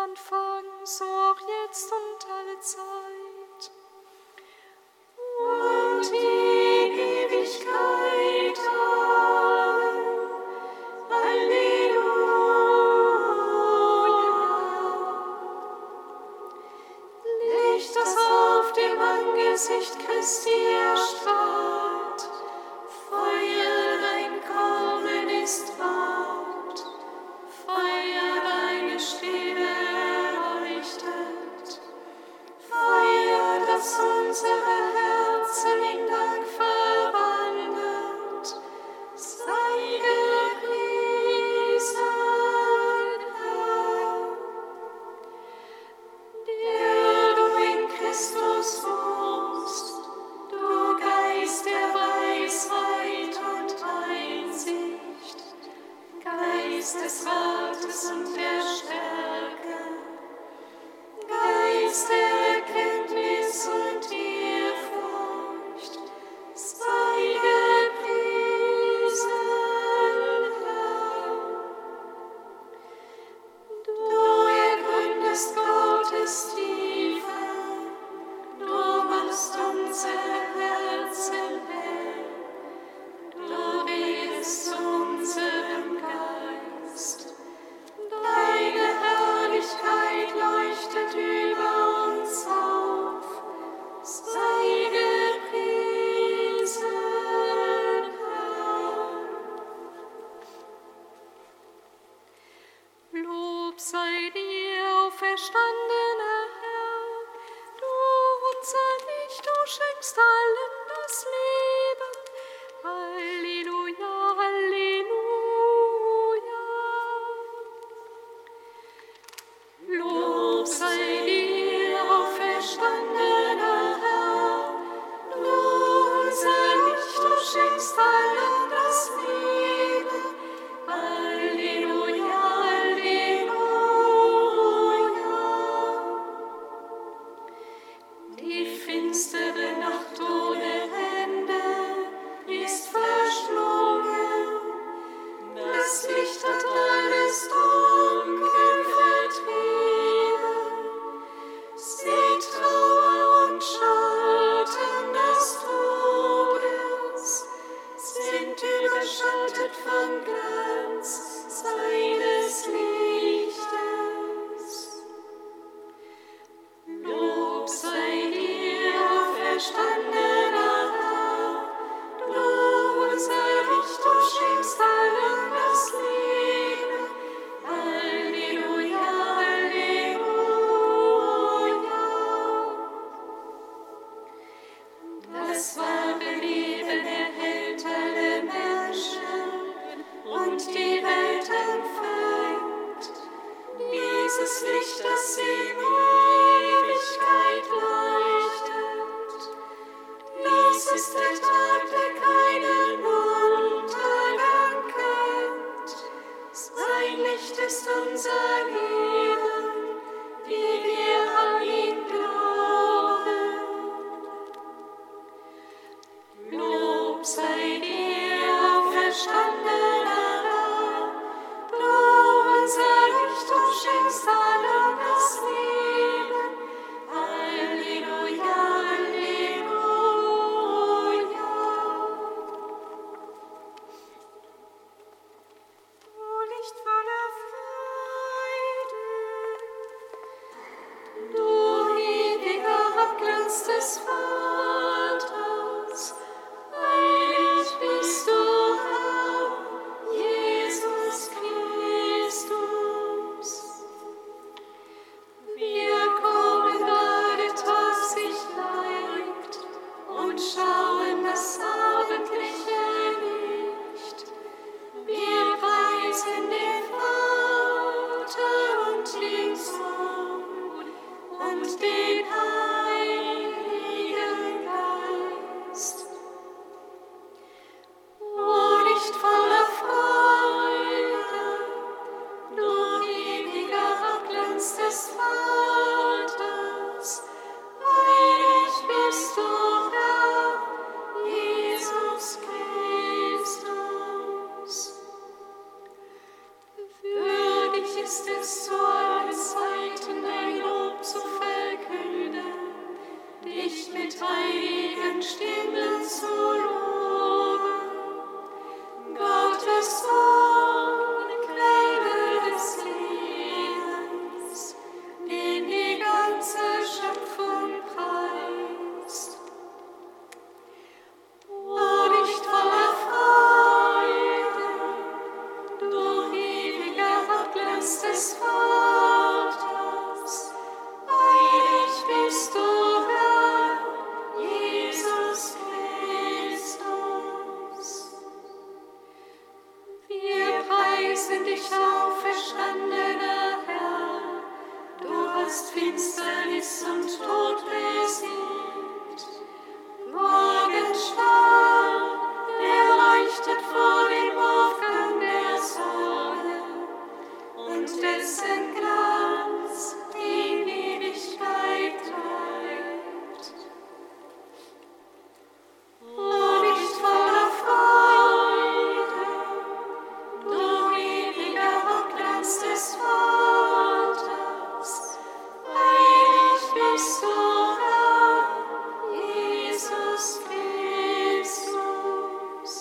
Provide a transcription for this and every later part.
Anfang, so auch jetzt und alle Zeit. Und in Ewigkeit. Amen. Halleluja. Licht, das auf dem Angesicht Christi erstrahlt, Feuer, dein Kommen ist bald, Feuer, deine Stille erleuchtet, Feuer, das unsere Herzen in Dank verwandelt, sei gepriesen, Herr, der du in Christus wohnst, du Geist der Weisheit und Einsicht, Geist des Rates und der Stärke, Geist der Erkenntnis und Ehrfurcht, sei gepriesen, Herr. Du ergründest Gottes Tiefe, du machst unsere Herzen hell, du redest zu unserem Geist. Deine Herrlichkeit leuchtet über uns auf, sei gepriesen, Herr. Lob sei dir, auferstandener Herr, du unser Licht, du schenkst allen das Leben. Halleluja, Halleluja. Lob sei dir, auferstandener Herr, du unser Licht, du schenkst allen das Leben. Halleluja, Halleluja. Die finstere Nacht ohne Ende ist verschlungen, das Licht hat alles Dunkel vertrieben. Sie Trauer und Schatten des Todes sind überschattet vom Glanz seines Lichtes. Lob sei dir, auferstandener Herr, du unser Licht, du schenkst allen das Leben. Halleluja, Halleluja. Das wahre Leben erhält alle Menschen und die Welt empfängt. Dieses Licht, das in Ewigkeit leuchtet. Dies ist der Tag, der keinen Untergang kennt. Sein Licht ist unser Leben, die wir an ihn glauben. Lob sei dir, auferstandener Herr, du unser Licht, du schenkst allen das Leben. Halleluja, Halleluja. Du Licht voller Freude, du ewiger Abglanz des Vaters, heilig bist du, Herr, dich mit heiligen Stimmen zu loben. Gottes Sohn, Quelle des Lebens, den die ganze Schöpfung preist. O Licht voller Freude, du ewiger Hauptglanz des Vaters, heilig bist du, Herr, Jesus Christus. Wir preisen dich, auferstandener Herr, du hast Finsternis und Tod besiegt. Morgenstern, der leuchtet vor dem Aufgang der Sonne und dessen Glanz in Ewigkeit bleibt. O Licht voller Freude, du ewiger Hauptglanz des Vaters, heilig bist du, Herr, Jesus Christus.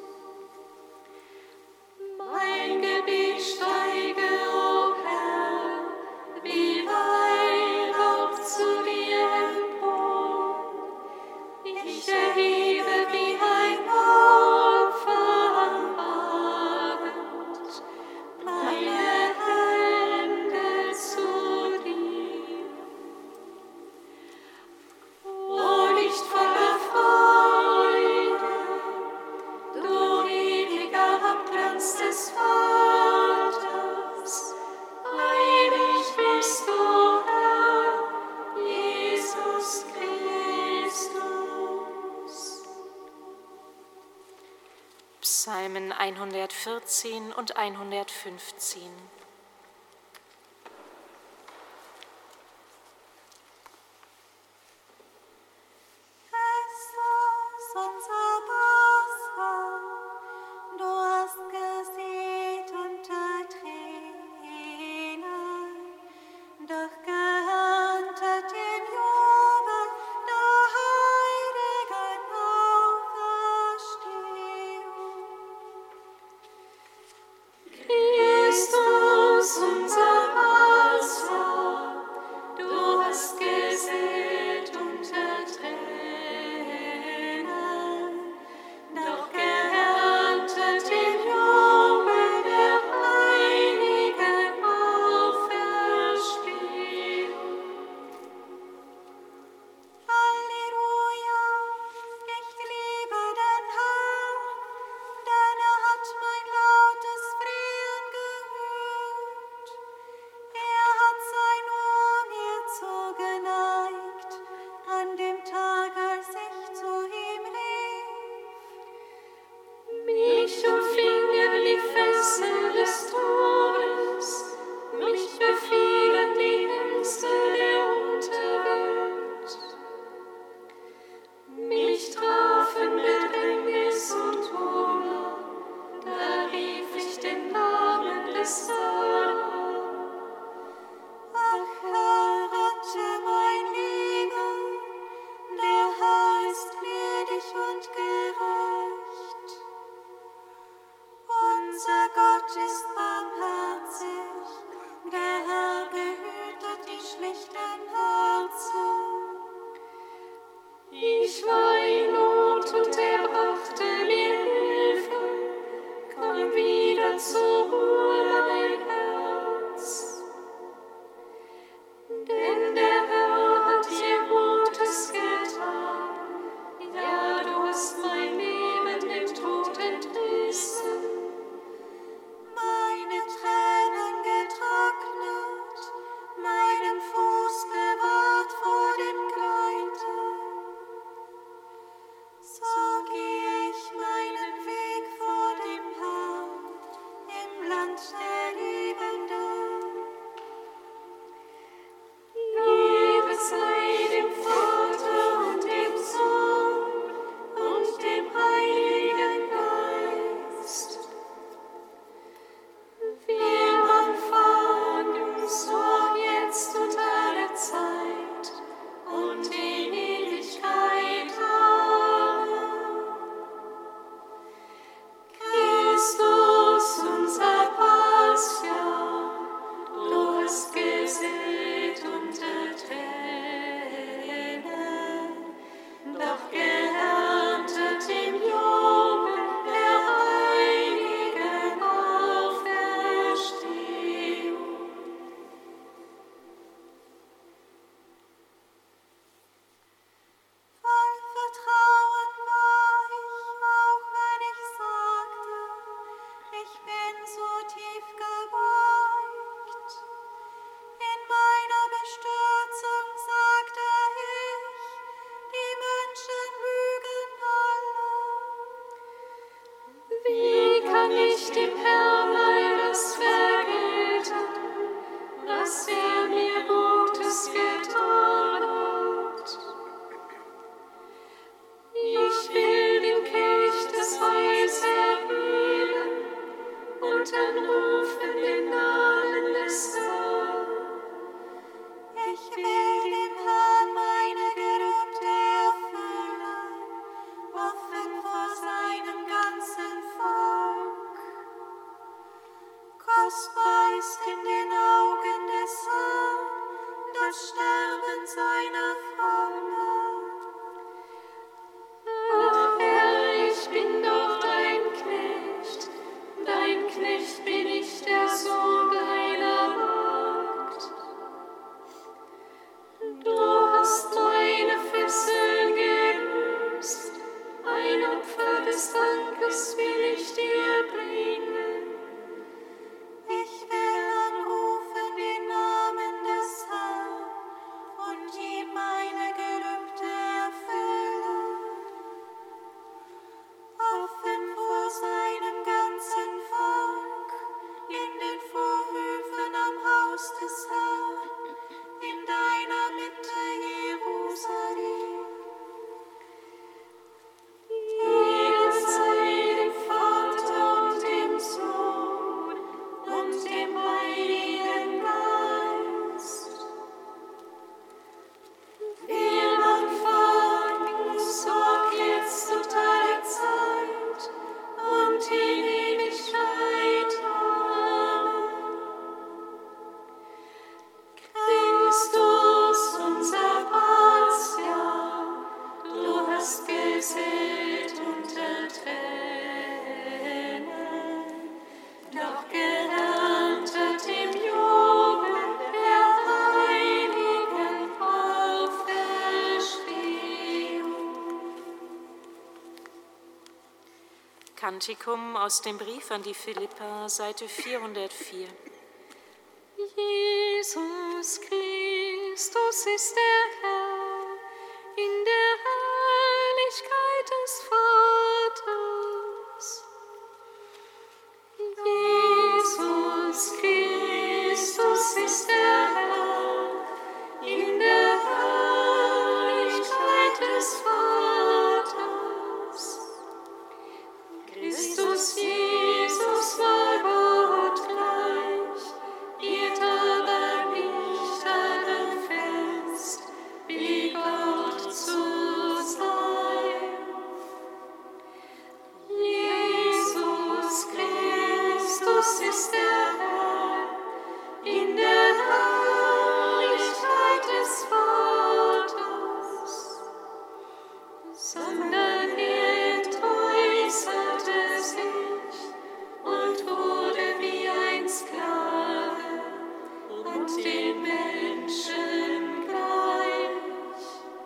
Mein Gebet steige, o Herr, wie Weihrauch zu dir empor. Ich erhebe wie ein Opfer am Abend meine Hände zu dir. O Licht voller Freude, du ewiger Hauptglanz des Vaters, heilig bist du, Herr, Jesus Christus. Psalmen 114 und 115. Jesus, unser Pascha, du hast gesät unter Tränen, doch geerntet im Jubel der heiligen Auferstehung. Christus, unser Pascha, du hast gesät unter Tränen, doch geerntet im Jubel der heiligen Auferstehung. Halleluja, ich liebe den Herrn, denn hat mein lautes Flehen gehört. Hat sein Ohr mir zugeneigt, an dem Tag, als ich zu ihm rief. Mich umfingen die Fesseln des Todes, mich befielen die Ängste der Unterwelt. Mich trafen Bedrängnis und Hunger, da rief ich den Namen des Herrn. Ach Herr, rette mein Leben, der Herr ist gnädig und gerecht. Unser Gott ist barmherzig, der Herr behütet die schlichten Herzen. Ich war in Not und er brachte mir Hilfe, komm wieder zur Ruhe, mein Herz. Denn der Herr hat dir Gutes getan, ja, du hast mein Leben dem Tod entrissen. Meine Tränen getrocknet, meinen Fuß bewahrt vor dem Gleite. gesät unter Tränen, doch geerntet im Jubel der heiligen Auferstehung. Kantikum aus dem Brief an die Philipper, Seite 404. Jesus Christus ist der Herr, in der Herrlichkeit des Vaters. Jesus Christus ist der Herr, in der Herrlichkeit des Vaters. Christus Jesus war Gott gleich, hielt aber nicht daran fest, wie Gott zu sein. Jesus Christus ist der Herr, in der Herrlichkeit des Vaters, sondern er entäußerte sich und wurde wie ein Sklave und den Menschen gleich.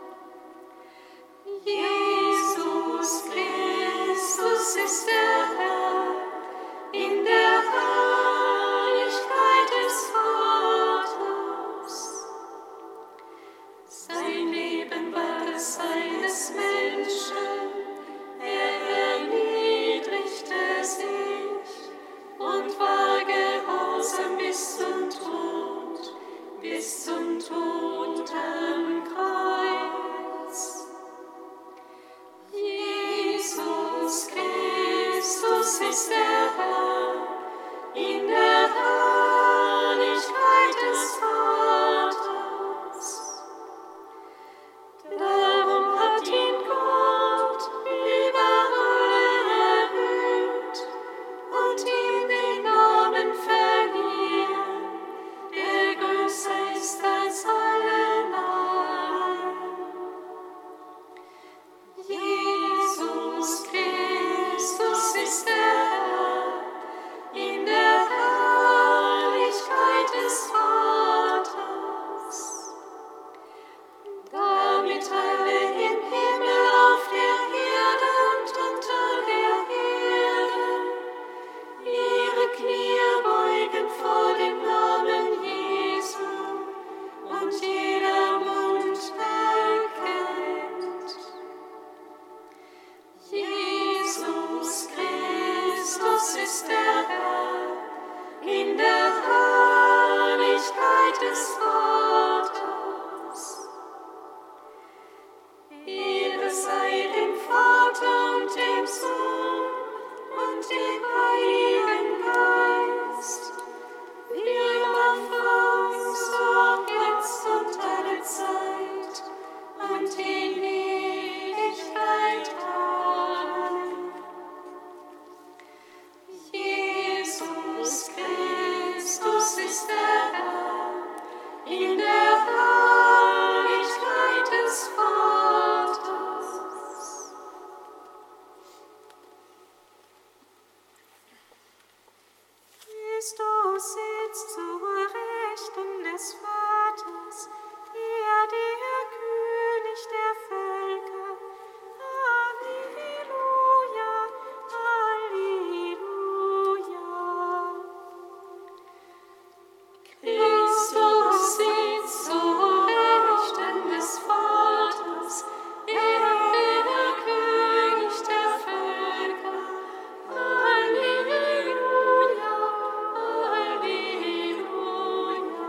Jesus Christus ist der Herr, in der Herrlichkeit des Vaters. Sein Leben war das eines Menschen, er erniedrigte sich und war gehorsam bis zum Tod am Kreuz. Jesus Christus ist der Herr, in der Herrlichkeit des Vaters. Darum hat ihn Gott über alle erhöht und ihm den Namen verliehen, der größer ist als alle Namen. Jesus Christus ist der Herr, in der Herrlichkeit des Vaters. Damit alle im Himmel, auf der Erde und unter der Erde ihre Knie beugen vor dem Namen Jesu und jeder Mund bekennt: Jesus Christus ist der Herr, in der Herrlichkeit des Vaters. Ehre sei dem Vater und dem Sohn und dem Heiligen Geist, wie im Anfang, so auch jetzt und alle Zeit und in Ewigkeit. Amen. Jesus Christus ist der Herr, in der Herrlichkeit des Vaters. Christus sitzt zur Rechten des Vaters, er der König der Völker. Halleluja, Halleluja. Christus sitzt zur Rechten des Vaters, er der König der Völker. Halleluja, Halleluja.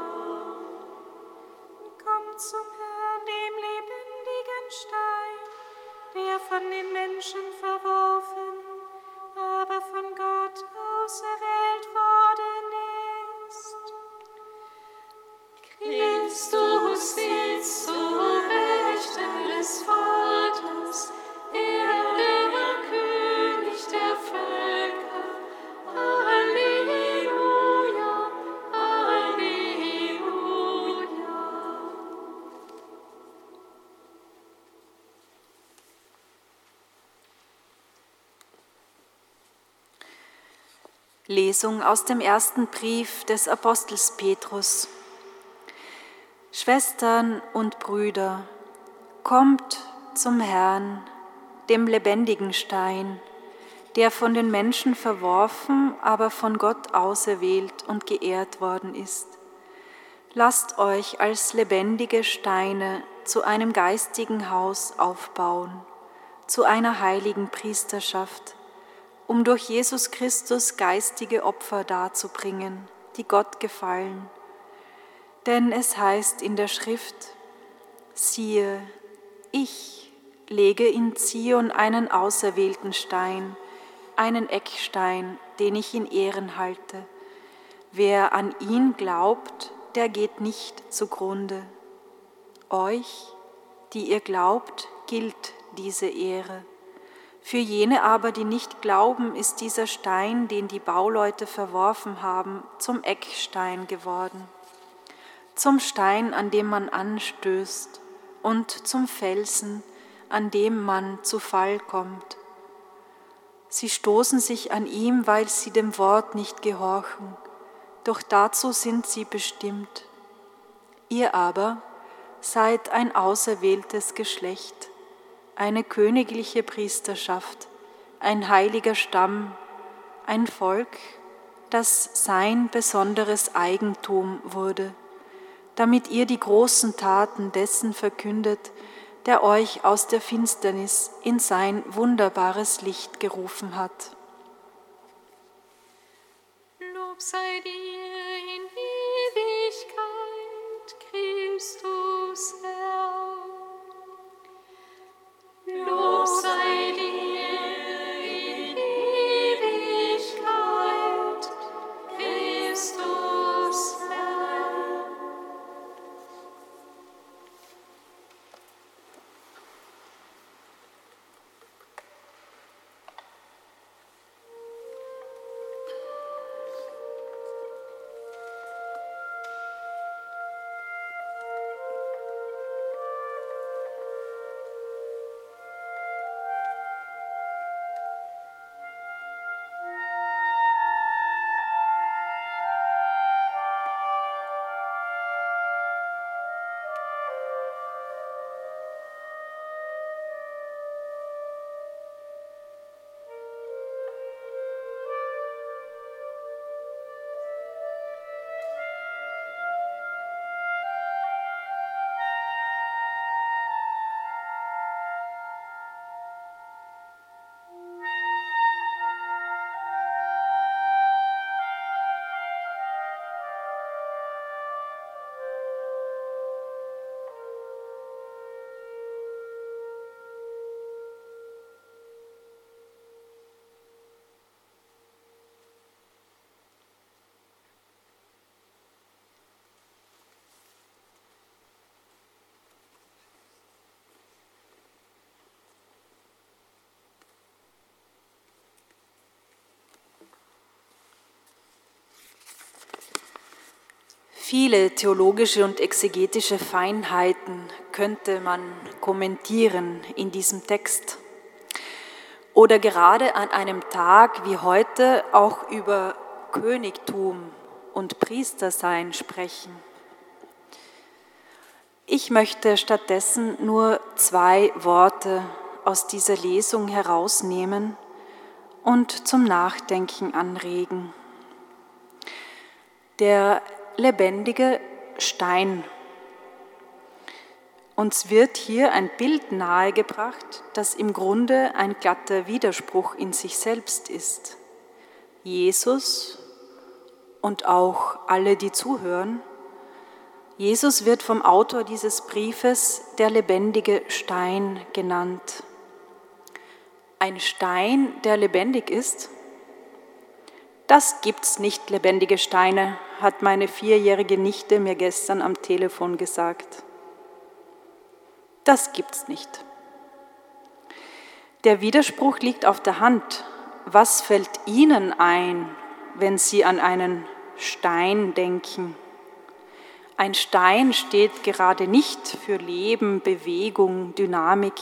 Kommt zum Herrn, dem lebendigen Stein, der von den Menschen verworfen, aber von Gott auserwählt worden ist. Christus sitzt zur Rechten des Vaters, er der König der Völker. Halleluja, Halleluja. Lesung aus dem ersten Brief des Apostels Petrus. Schwestern und Brüder, kommt zum Herrn, dem lebendigen Stein, der von den Menschen verworfen, aber von Gott auserwählt und geehrt worden ist. Lasst euch als lebendige Steine zu einem geistigen Haus aufbauen, zu einer heiligen Priesterschaft, um durch Jesus Christus geistige Opfer darzubringen, die Gott gefallen. Denn es heißt in der Schrift: Siehe, ich lege in Zion einen auserwählten Stein, einen Eckstein, den ich in Ehren halte. Wer an ihn glaubt, der geht nicht zugrunde. Euch, die ihr glaubt, gilt diese Ehre. Für jene aber, die nicht glauben, ist dieser Stein, den die Bauleute verworfen haben, zum Eckstein geworden, zum Stein, an dem man anstößt, und zum Felsen, an dem man zu Fall kommt. Sie stoßen sich an ihm, weil sie dem Wort nicht gehorchen, doch dazu sind sie bestimmt. Ihr aber seid ein auserwähltes Geschlecht, eine königliche Priesterschaft, ein heiliger Stamm, ein Volk, das sein besonderes Eigentum wurde, damit ihr die großen Taten dessen verkündet, der euch aus der Finsternis in sein wunderbares Licht gerufen hat. Lob sei dir in Ewigkeit, Christus Herr. Lob sei dir in Ewigkeit, Christus Herr. Viele theologische und exegetische Feinheiten könnte man kommentieren in diesem Text oder gerade an einem Tag wie heute auch über Königtum und Priestersein sprechen. Ich möchte stattdessen nur 2 Worte aus dieser Lesung herausnehmen und zum Nachdenken anregen. Der lebendige Stein. Uns wird hier ein Bild nahegebracht, das im Grunde ein glatter Widerspruch in sich selbst ist. Jesus und auch alle, die zuhören, Jesus wird vom Autor dieses Briefes der lebendige Stein genannt. Ein Stein, der lebendig ist? Das gibt's nicht, lebendige Steine, hat meine 4-jährige Nichte mir gestern am Telefon gesagt. Das gibt's nicht. Der Widerspruch liegt auf der Hand. Was fällt Ihnen ein, wenn Sie an einen Stein denken? Ein Stein steht gerade nicht für Leben, Bewegung, Dynamik,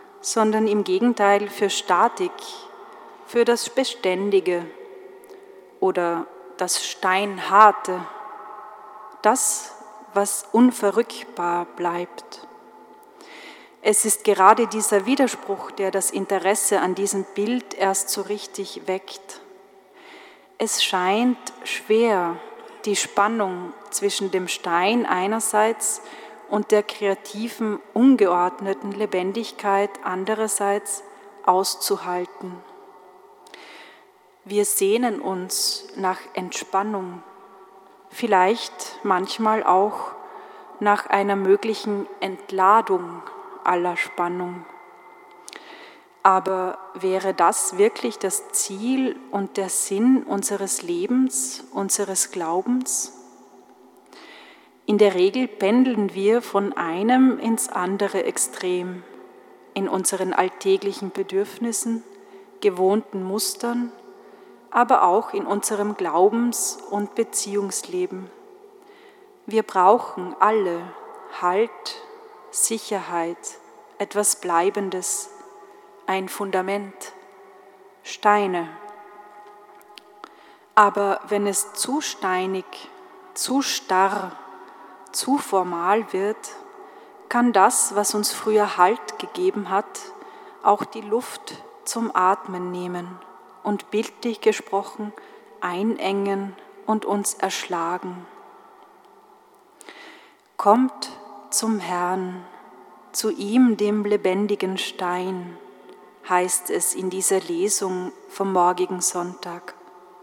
sondern im Gegenteil für Statik, für das Beständige, oder das Steinharte, das, was unverrückbar bleibt. Es ist gerade dieser Widerspruch, der das Interesse an diesem Bild erst so richtig weckt. Es scheint schwer, die Spannung zwischen dem Stein einerseits und der kreativen, ungeordneten Lebendigkeit andererseits auszuhalten. Wir sehnen uns nach Entspannung, vielleicht manchmal auch nach einer möglichen Entladung aller Spannung. Aber wäre das wirklich das Ziel und der Sinn unseres Lebens, unseres Glaubens? In der Regel pendeln wir von einem ins andere Extrem, in unseren alltäglichen Bedürfnissen, gewohnten Mustern, aber auch in unserem Glaubens- und Beziehungsleben. Wir brauchen alle Halt, Sicherheit, etwas Bleibendes, ein Fundament, Steine. Aber wenn es zu steinig, zu starr, zu formal wird, kann das, was uns früher Halt gegeben hat, auch die Luft zum Atmen nehmen und bildlich gesprochen einengen und uns erschlagen. Kommt zum Herrn, zu ihm, dem lebendigen Stein, heißt es in dieser Lesung vom morgigen Sonntag.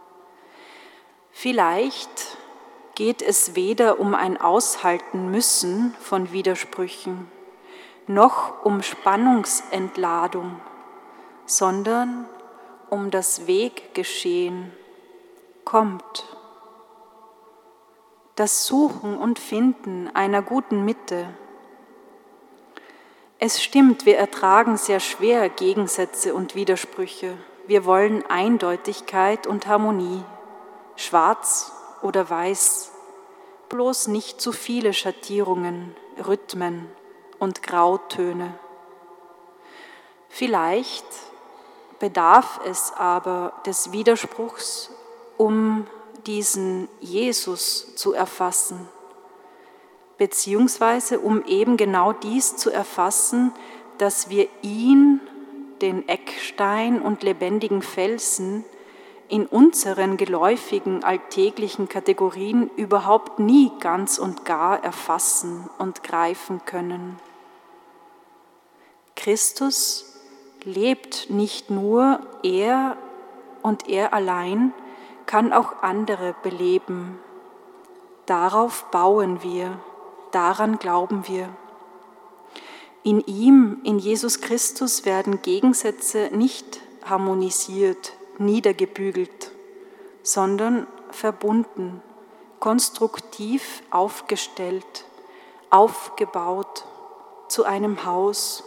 Vielleicht geht es weder um ein Aushalten müssen von Widersprüchen, noch um Spannungsentladung, sondern um das Weggeschehen. Kommt. Das Suchen und Finden einer guten Mitte. Es stimmt, wir ertragen sehr schwer Gegensätze und Widersprüche. Wir wollen Eindeutigkeit und Harmonie, schwarz oder weiß, bloß nicht zu viele Schattierungen, Rhythmen und Grautöne. Vielleicht bedarf es aber des Widerspruchs, um diesen Jesus zu erfassen, beziehungsweise um eben genau dies zu erfassen, dass wir ihn, den Eckstein und lebendigen Felsen, in unseren geläufigen alltäglichen Kategorien überhaupt nie ganz und gar erfassen und greifen können. Christus lebt nicht nur, er und er allein kann auch andere beleben. Darauf bauen wir, daran glauben wir. In ihm, in Jesus Christus, werden Gegensätze nicht harmonisiert, niedergebügelt, sondern verbunden, konstruktiv aufgestellt, aufgebaut zu einem Haus.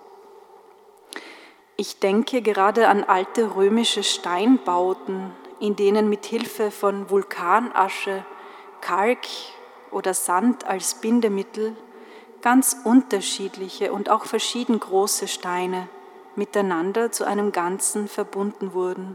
Ich denke gerade an alte römische Steinbauten, in denen mit Hilfe von Vulkanasche, Kalk oder Sand als Bindemittel ganz unterschiedliche und auch verschieden große Steine miteinander zu einem Ganzen verbunden wurden.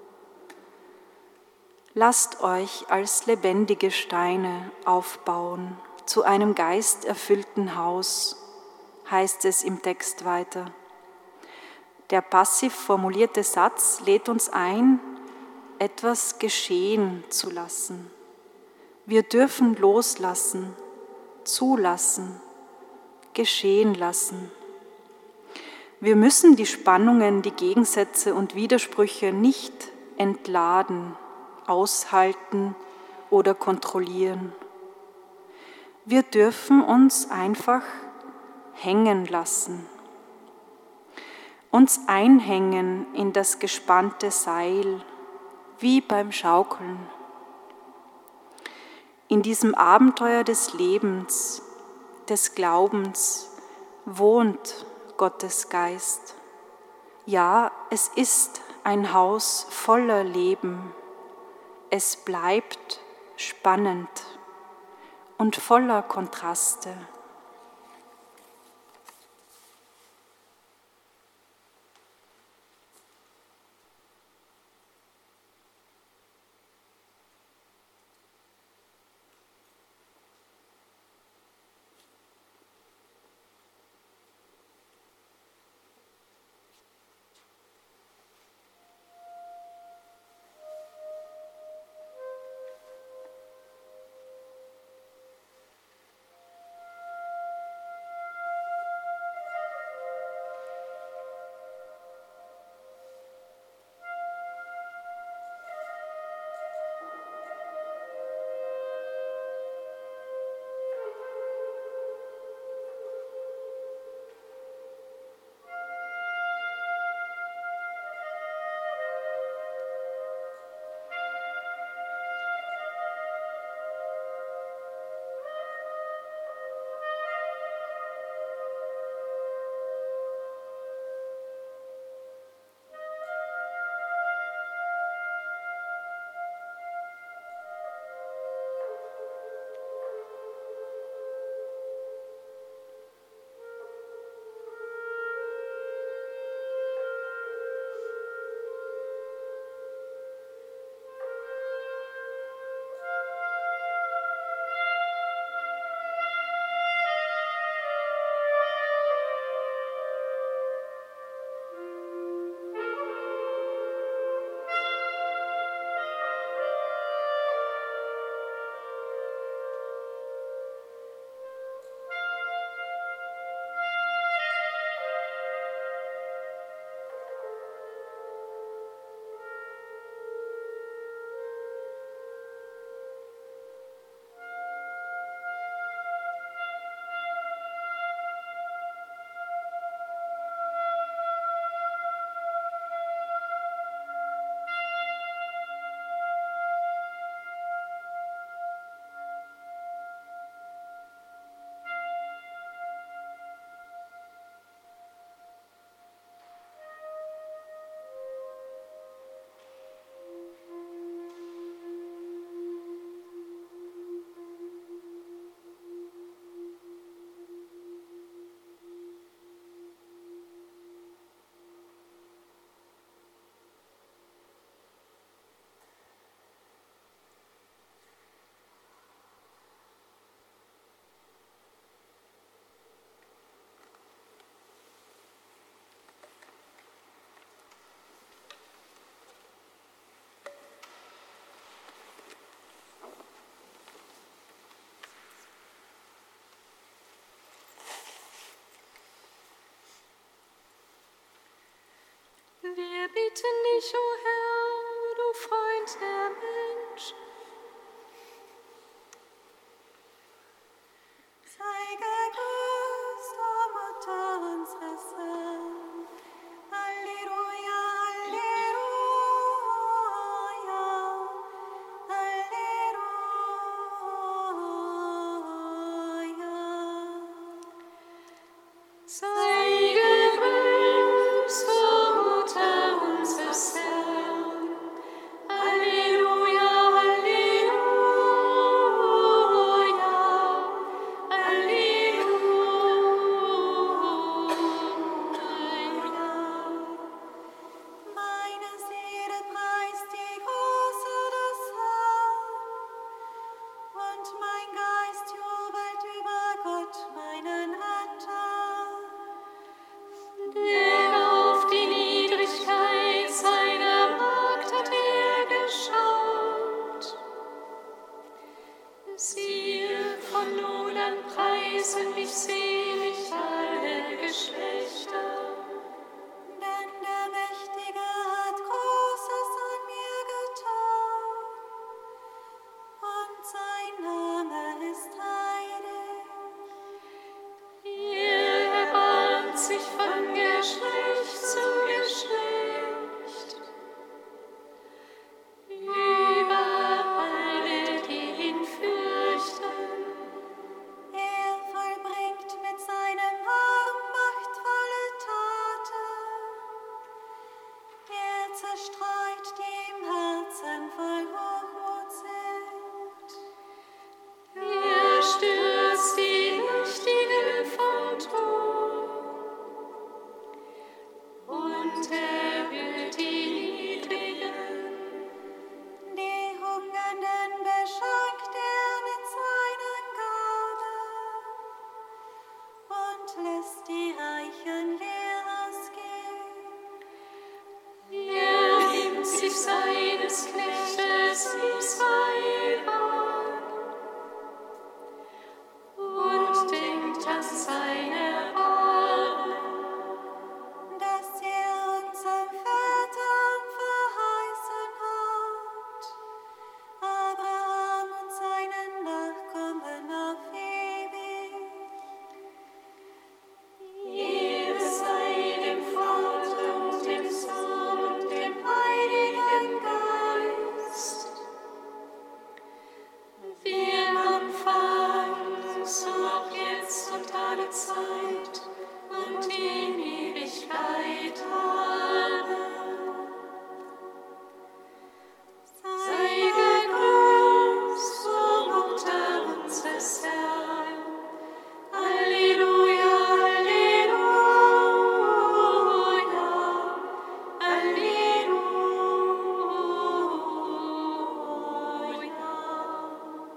Lasst euch als lebendige Steine aufbauen zu einem geisterfüllten Haus, heißt es im Text weiter. Der passiv formulierte Satz lädt uns ein, etwas geschehen zu lassen. Wir dürfen loslassen, zulassen, geschehen lassen. Wir müssen die Spannungen, die Gegensätze und Widersprüche nicht entladen, aushalten oder kontrollieren. Wir dürfen uns einfach hängen lassen, uns einhängen in das gespannte Seil, wie beim Schaukeln. In diesem Abenteuer des Lebens, des Glaubens wohnt Gottes Geist. Ja, es ist ein Haus voller Leben. Es bleibt spannend und voller Kontraste. Wir bitten dich, o Herr, du Freund der Menschen. Sei gegrüßt, o Mutter unseres Herrn. Halleluja, Halleluja, Halleluja. Sei gegrüßt, o Mutter unseres Herrn. Halleluja, Halleluja, Halleluja. Meine Seele preist die Größe des Herrn, und mein Geist jubelt über Gott, meinen Retter. Denn auf die Niedrigkeit seiner Magd hat geschaut. Siehe, von nun an preisen mich selig alle Geschlechter. Denn der Mächtige hat Großes an mir getan, und sein Name ist heilig. Er erbarmt sich von Geschlecht zu Geschlecht über alle, die ihn fürchten. Er vollbringt mit seinem Arm machtvolle Taten. Er zerstreut die im Herzen voll Hochmut sind. Er stürzt die Mächtigen vom Thron und erhöht die Niedrigen. Die Hungernden beschenkt er mit seinen Gaben und lässt die Reichen leer ausgehen. Er nimmt sich seines Knechtes Israel an und denkt an seine Armen. Dass er unseren Vätern verheißen hat, Abraham und seinen Nachkommen auf ewig. Ehre sei dem Vater und dem Sohn und dem Heiligen Geist, wie im Anfang, so auch jetzt und alle Zeit und in Ewigkeit. Amen. Sei gegrüßt, o Mutter unseres Herrn. Halleluja, Halleluja, Halleluja.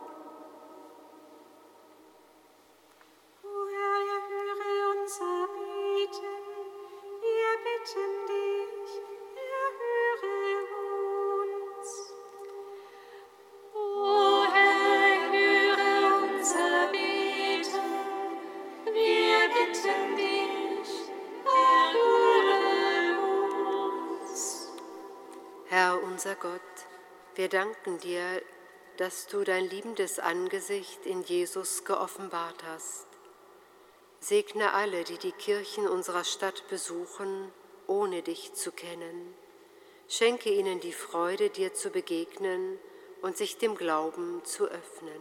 O Herr, erhöre unser Beten, wir bitten dich, erhöre uns. O Herr, höre unser Beten, wir bitten dich, erhöre uns. Herr unser Gott, wir danken dir, dass du dein liebendes Angesicht in Jesus geoffenbart hast. Segne alle, die die Kirchen unserer Stadt besuchen, ohne dich zu kennen. Schenke ihnen die Freude, dir zu begegnen und sich dem Glauben zu öffnen.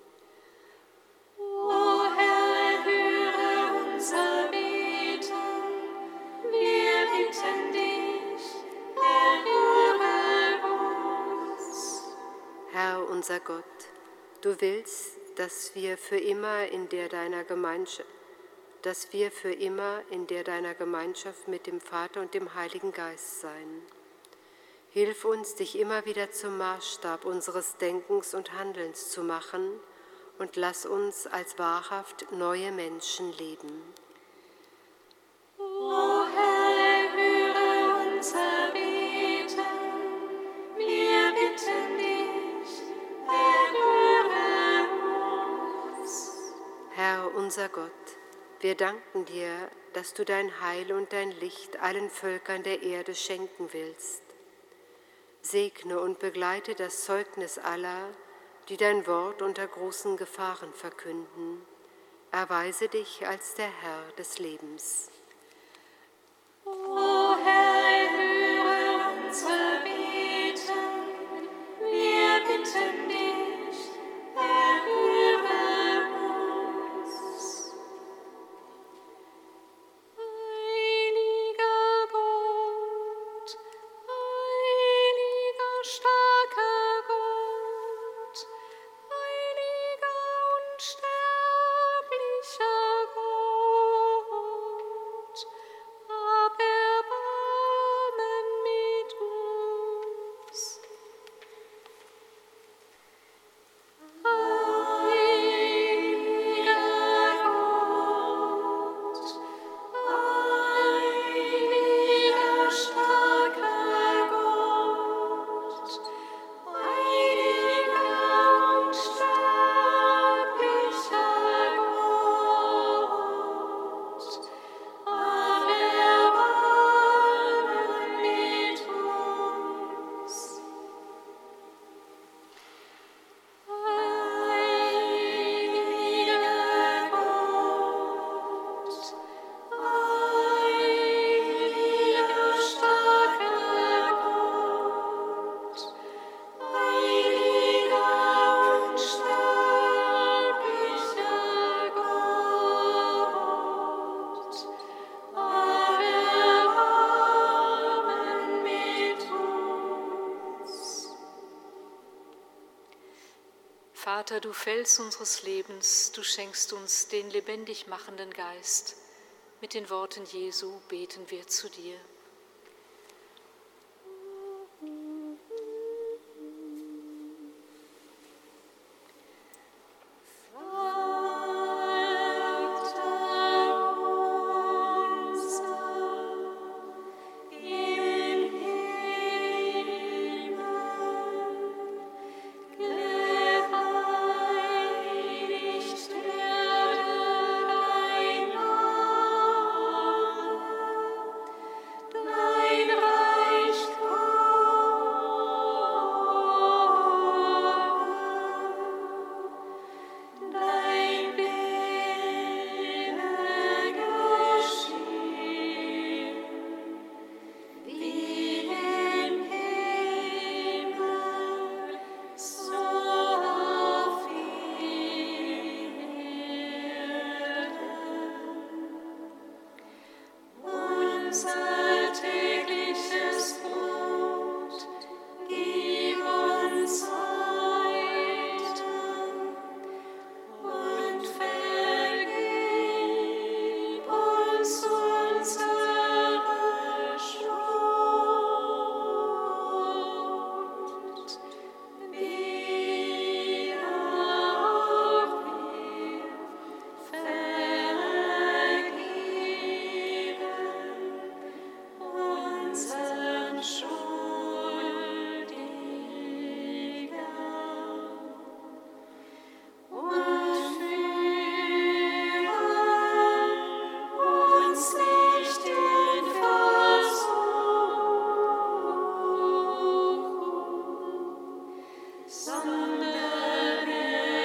O Herr, höre unser Beten, wir bitten dich, erhöre uns. Herr unser Gott, du willst, dass wir für immer in der deiner Gemeinschaft mit dem Vater und dem Heiligen Geist sein. Hilf uns, dich immer wieder zum Maßstab unseres Denkens und Handelns zu machen und lass uns als wahrhaft neue Menschen leben. O Herr, höre unser Beten, wir bitten dich, erhöre uns. Herr unser Gott, wir danken dir, dass du dein Heil und dein Licht allen Völkern der Erde schenken willst. Segne und begleite das Zeugnis aller, die dein Wort unter großen Gefahren verkünden. Erweise dich als der Herr des Lebens. O Herr, erhöre unser Beten. Wir bitten dich, erhöre uns. Heiliger Gott, heiliger, starker Gott, heiliger, unsterblicher Gott, hab Erbarmen mit uns. Heiliger Gott, heiliger, starker Gott, heiliger, unsterblicher Gott, hab Erbarmen mit uns. Heiliger Gott, heiliger, starker Gott, heiliger, unsterblicher Gott, hab Erbarmen mit uns. Vater, du Fels unseres Lebens, du schenkst uns den lebendig machenden Geist. Mit den Worten Jesu beten wir zu dir. Unser tägliches Brot, gib uns heute und vergib uns unsere Schuld, wie auch wir vergeben unseren Schuldigern. Und führe uns nicht in Versuchung, sondern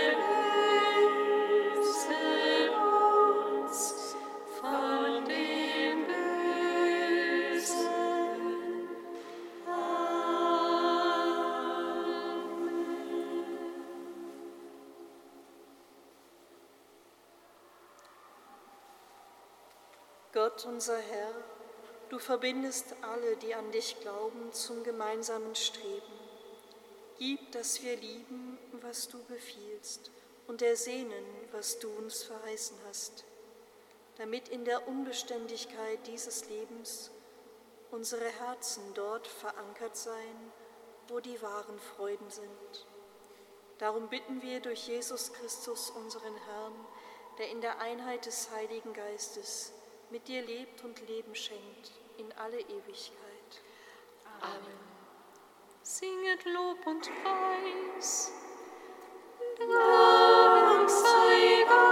erlöse uns von dem Bösen. Gott, unser Herr, du verbindest alle, die an dich glauben, zum gemeinsamen Streben. Gib, dass wir lieben, was du befiehlst, und ersehnen, was du uns verheißen hast, damit in der Unbeständigkeit dieses Lebens unsere Herzen dort verankert seien, wo die wahren Freuden sind. Darum bitten wir durch Jesus Christus, unseren Herrn, der in der Einheit des Heiligen Geistes mit dir lebt und Leben schenkt in alle Ewigkeit. Amen. Singet Lob und Preis. Dank sei Gott.